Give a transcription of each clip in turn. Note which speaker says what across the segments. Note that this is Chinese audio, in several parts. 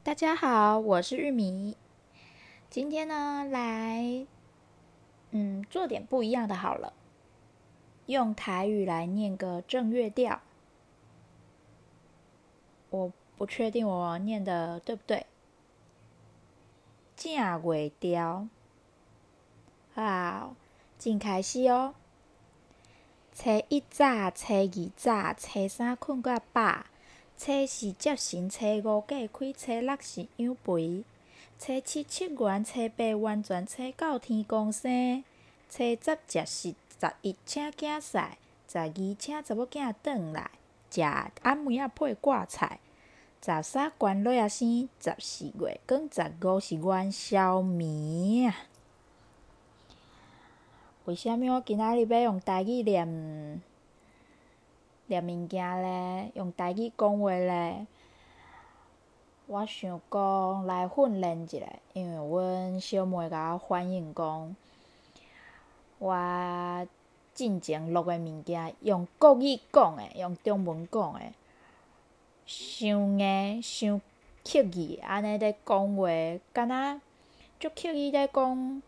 Speaker 1: 大家好，我是玉米。今天呢，来做点不一样的好了，用台语来念个正月调。我不确定我念的对不对。正月调，好，正开始哦。初一早，初二早，初三困到饱，初四接神，初五假开，初六是养肥。初七七元，初八完全，初九天公生，初十食食，十一请囝婿，十二请查某囝转来，食暗暝仔配挂菜，十三关落仔生，十四月光，十五是元宵暝啊。为虾米我今仔日要用台语念物件咧？用台语讲话咧？我想讲来训练一下，因为阮小妹甲我反映讲，我进前录的物件用国语讲的，用中文讲的，伤硬、伤刻意，安尼咧讲话，敢若足刻意咧讲，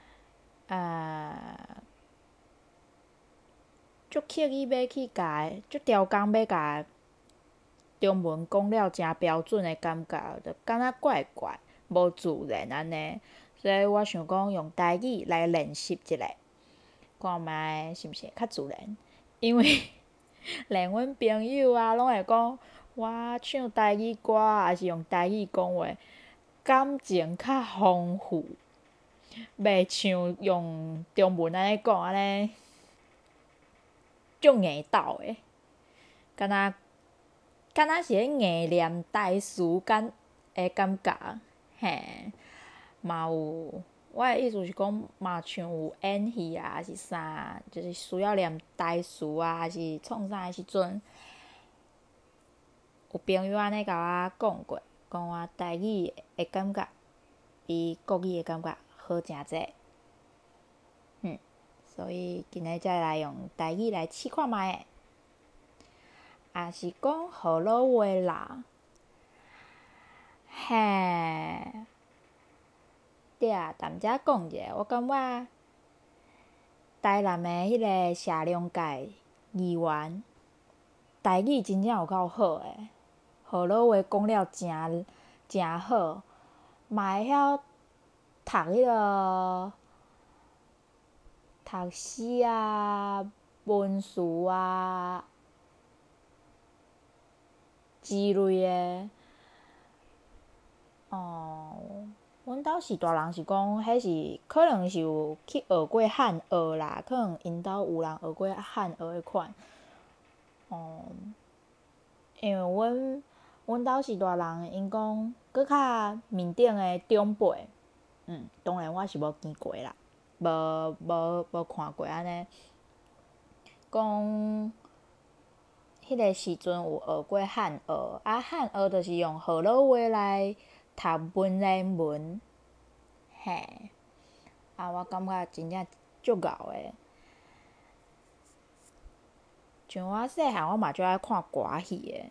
Speaker 1: 足刻意要去甲足刁工要甲中文讲了诚标准的感觉，就敢若怪怪，无自然安尼。所以我想讲用台语来练习一下，看觅是毋是会较自然。因为连阮朋友啊，拢会讲我唱台语歌，还是用台语讲话，感情较丰富，袂像用中文安尼讲安尼，足硬斗的，敢若是咧硬念台词的感觉，嘿，嘛有。我的意思是讲，嘛像有演戏啊，还是啥，就是需要念台词啊，还是创啥的时阵，有朋友安尼甲我讲过，讲我台语的感觉比国语的感觉好诚济。所以今日才来用台语来试看觅的。也是讲号码话啦，嘿，对啊，踮遮讲者，我感觉台南的迄个社农界议员，台语真正有够好诶，号码话讲了诚好，嘛会晓读迄个读诗啊、文词啊之类的。阮兜是大人是讲，迄是可能是有去学过汉学啦，可能因兜有人学过汉学迄款。因为阮兜是大人，因讲搁较面顶的长辈，当然我是无见过啦，无看过安尼。讲迄个时阵有学过汉学，汉学就是用号码话来读文言文，嘿，我感觉真正足敖诶。像我细汉，我嘛足爱看歌戏诶。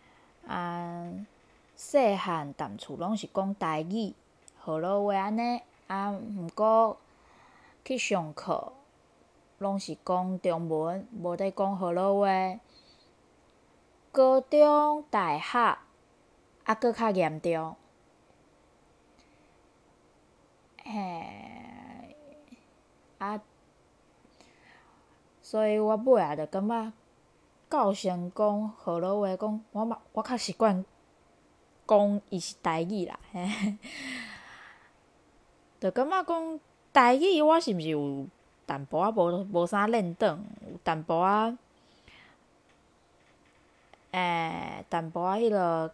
Speaker 1: 细汉踮厝拢是讲台语，号码话安尼。毋过去上课拢是讲中文，无咧讲号码话。高中、大学搁较严重。嘿，所以我尾仔就感觉教生讲号码话，讲我较习惯讲伊是台语啦，嘿，就感觉讲台语我是毋是有淡薄仔无啥练转，有淡薄仔淡薄仔迄落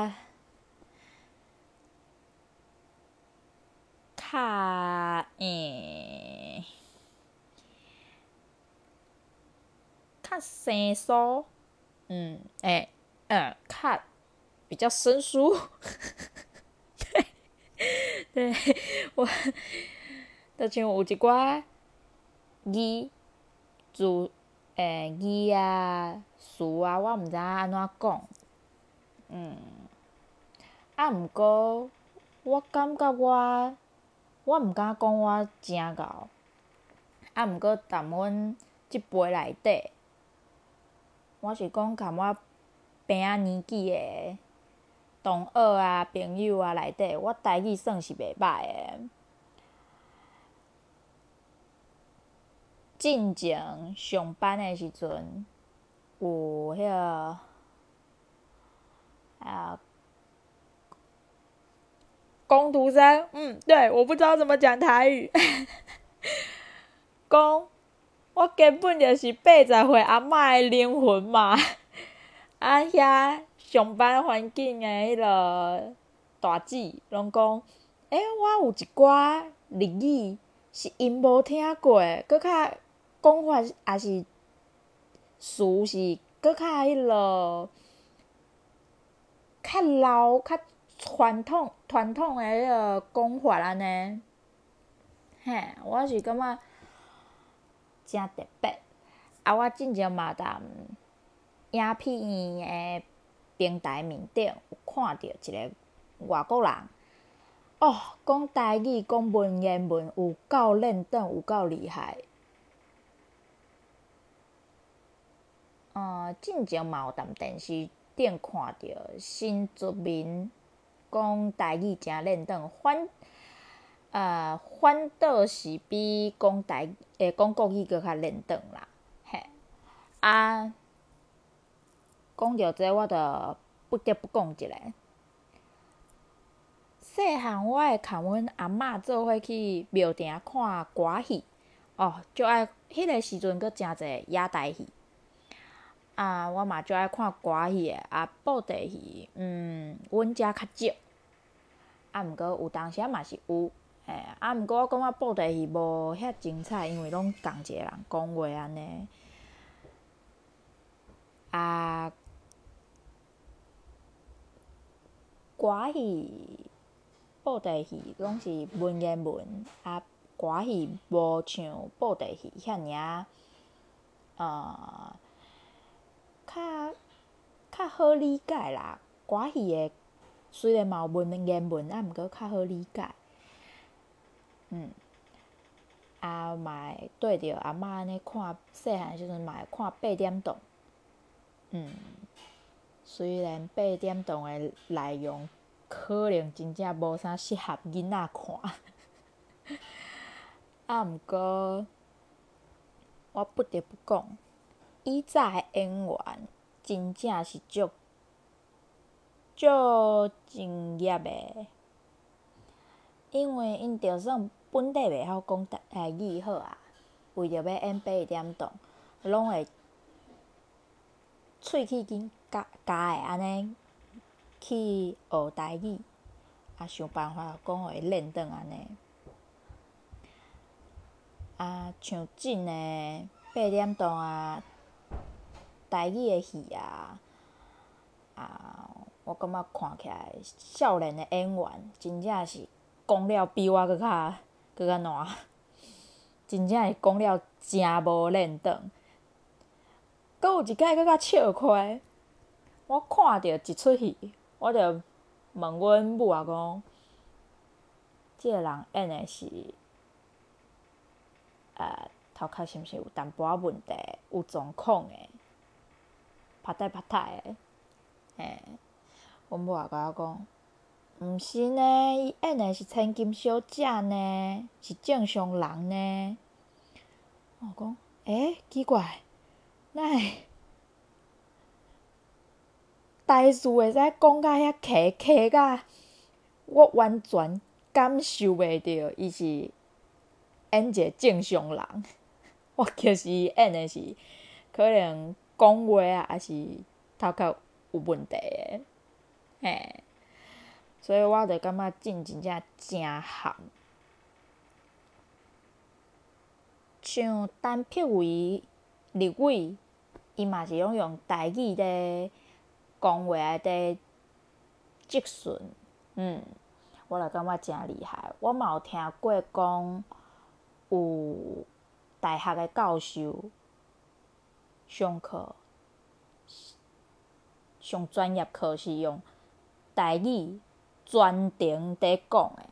Speaker 1: 较较生疏，较比较生疏。对，我就像有一寡字字字啊、词啊，我毋知影安怎讲。 毋过我感觉我毋敢讲我诚敖，毋过踮阮即辈内底，我是讲含我边仔年纪的同学啊、朋友啊内底，我台语算是袂歹的。进前上班的时阵，有迄个工读生，对，我不知道怎么讲台语，讲我根本就是80岁阿嬷的灵魂嘛。遐上班环境的迄个大姊拢讲，我有一寡日语是因无听过，搁较讲法也是词是搁较迄落较老、较传统的迄个讲法安尼。我是感觉诚特别。我进前嘛踮影片的平台面顶有看到一个外国人，讲台语、讲文言文有够认真，有够厉害。进前嘛有踮电视顶看到新住民讲台语诚认真，反倒是比讲国语搁较认真啦。讲到这，我着不得不讲一个。细汉我会牵阮阿嬷做伙去庙埕看歌戏，就爱迄个时阵搁诚侪野台戏。我嘛就爱看歌戏的，布袋戏，阮遮较少。毋过有当时嘛是有，毋过我感觉布袋戏无遐精彩，因为拢共一个人讲话安尼。歌戏、布袋戏拢是文言文，歌戏无像布袋戏遐尔较好理解啦。歌戏的虽然嘛有文言文，毋过较好理解。嘛会对着阿嬷安尼看，细汉时阵嘛会看8点档。虽然8点档的内容可能真正无啥适合囡仔看，毋过我不得不讲，以早的演员真正是足敬业的，因为因就算本地袂晓讲台语好为着要演8点档，拢会喙齿紧加的安尼去学台语，想办法讲互伊练转安尼。像真的8点档台语的戏我感觉看起来少年的演员真正是讲了比我搁较烂，真正是讲了诚无练转。搁有一摆搁较笑亏，我看着一出戏，我着问阮母讲，即个人演的是头壳是毋是有淡薄仔问题，有状况的，拍歹的。阮母也甲我讲，毋是呢，伊演的是千金小姐呢，是正常人呢。我讲，奇怪，哪会台词会使讲甲遐客甲，我完全感受袂到伊是演一个正常人。我就是伊演的是可能讲话还是头壳有问题的，所以我就感觉真正诚合。像陈柏惟日语，伊嘛是拢用台语咧讲话咧即顺，我就感觉诚厉害。我嘛有听过讲，有大学的教授上课上专业课是用台语专程伫讲诶，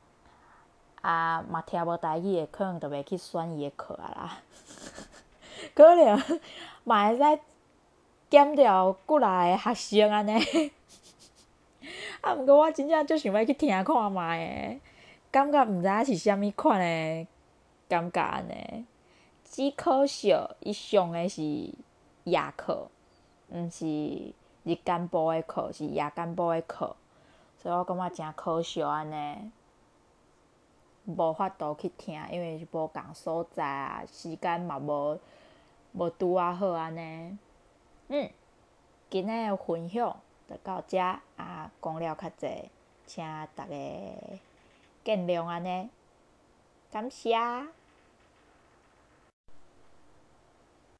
Speaker 1: 嘛听无台语诶，可能就袂去选伊诶课啊啦。可能嘛会使减掉几来个学生安尼。毋过我真正足想要去听看卖诶，感觉毋知影是啥物款诶感觉安尼。只可惜伊上诶是夜课，毋是日间部诶课，是夜间部诶课，所以我感觉诚可惜安尼。无法度去听，因为是无共所在啊，时间嘛无拄啊好安尼。今日诶分享就到遮讲了较济，请大家见谅安尼，感谢。